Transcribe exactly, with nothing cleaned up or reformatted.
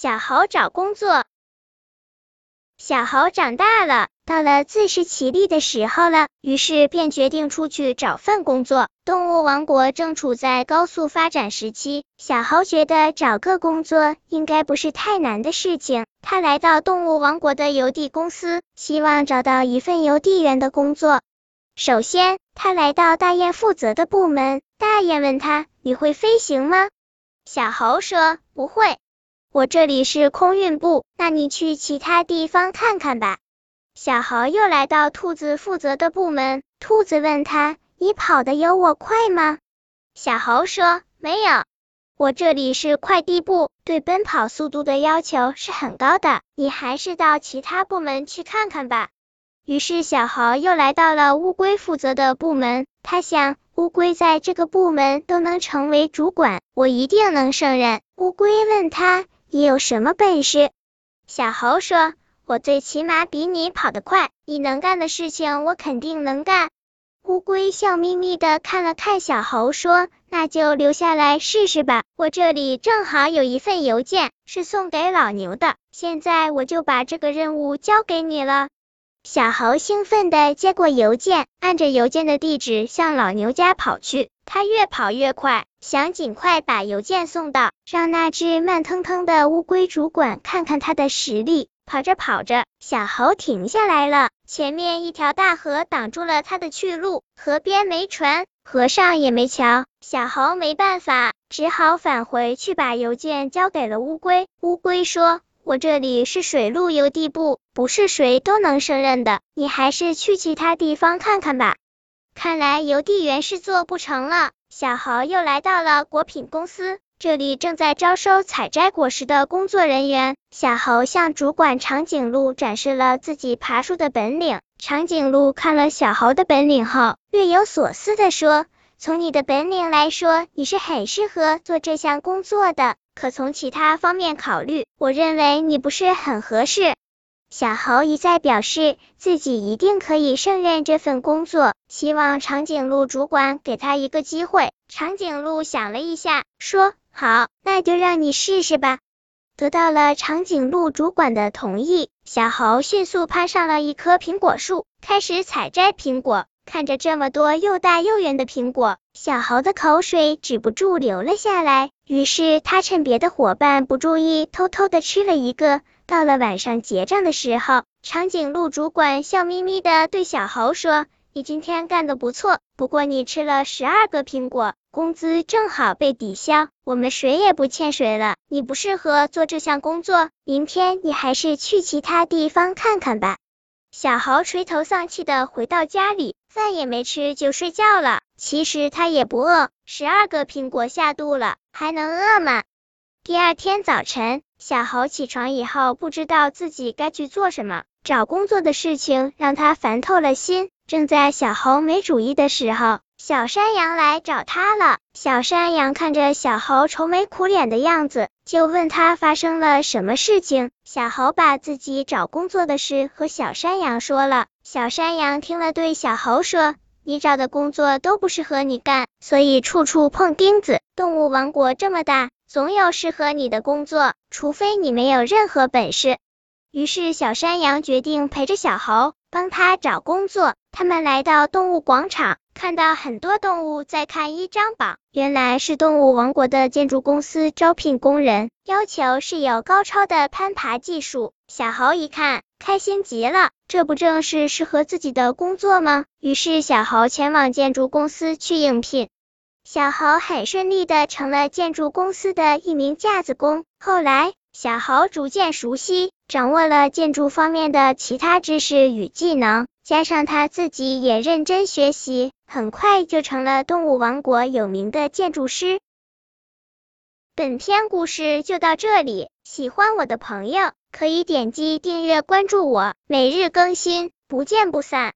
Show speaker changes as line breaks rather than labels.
小猴找工作。小猴长大了，到了自食其力的时候了，于是便决定出去找份工作。动物王国正处在高速发展时期，小猴觉得找个工作应该不是太难的事情。他来到动物王国的邮递公司，希望找到一份邮递员的工作。首先，他来到大雁负责的部门，大雁问他：“你会飞行吗？”小猴说：“不会。”我这里是空运部，那你去其他地方看看吧。小猴又来到兔子负责的部门，兔子问他：“你跑得有我快吗？”小猴说：“没有。我这里是快递部，对奔跑速度的要求是很高的，你还是到其他部门去看看吧。”于是小猴又来到了乌龟负责的部门，他想，乌龟在这个部门都能成为主管，我一定能胜任。乌龟问他：“你有什么本事？”小猴说：“我最起码比你跑得快，你能干的事情我肯定能干。”乌龟笑眯眯的看了看小猴，说：“那就留下来试试吧，我这里正好有一份邮件，是送给老牛的，现在我就把这个任务交给你了。”小猴兴奋地接过邮件，按着邮件的地址向老牛家跑去。他越跑越快，想尽快把邮件送到，让那只慢腾腾的乌龟主管看看他的实力。跑着跑着，小猴停下来了，前面一条大河挡住了他的去路，河边没船，河上也没桥，小猴没办法，只好返回去把邮件交给了乌龟。乌龟说：“我这里是水陆邮递部，不是谁都能胜任的，你还是去其他地方看看吧。”看来邮递员是做不成了，小猴又来到了果品公司，这里正在招收采摘果实的工作人员。小猴向主管长颈鹿展示了自己爬树的本领，长颈鹿看了小猴的本领后，略有所思地说：“从你的本领来说，你是很适合做这项工作的，可从其他方面考虑，我认为你不是很合适。”小猴一再表示自己一定可以胜任这份工作，希望长颈鹿主管给他一个机会。长颈鹿想了一下，说：“好，那就让你试试吧。”得到了长颈鹿主管的同意，小猴迅速攀上了一棵苹果树，开始采摘苹果。看着这么多又大又圆的苹果，小猴的口水止不住流了下来，于是他趁别的伙伴不注意，偷偷的吃了一个。到了晚上结账的时候，长颈鹿主管笑眯眯的对小猴说：“你今天干得不错，不过你吃了十二个苹果，工资正好被抵消，我们谁也不欠谁了，你不适合做这项工作，明天你还是去其他地方看看吧。”小猴垂头丧气的回到家里，饭也没吃就睡觉了。其实他也不饿，十二个苹果下肚了，还能饿吗？第二天早晨，小猴起床以后，不知道自己该去做什么，找工作的事情让他烦透了心。正在小猴没主意的时候，小山羊来找他了。小山羊看着小猴愁眉苦脸的样子，就问他发生了什么事情。小猴把自己找工作的事和小山羊说了。小山羊听了，对小猴说：“你找的工作都不适合你干，所以处处碰钉子。动物王国这么大，总有适合你的工作，除非你没有任何本事。”于是小山羊决定陪着小猴，帮他找工作。他们来到动物广场，看到很多动物在看一张榜，原来是动物王国的建筑公司招聘工人，要求是有高超的攀爬技术。小猴一看，开心极了，这不正是适合自己的工作吗？于是小猴前往建筑公司去应聘。小猴很顺利的成了建筑公司的一名架子工。后来，小猴逐渐熟悉，掌握了建筑方面的其他知识与技能，加上他自己也认真学习，很快就成了动物王国有名的建筑师。本篇故事就到这里，喜欢我的朋友可以点击订阅关注我，每日更新，不见不散。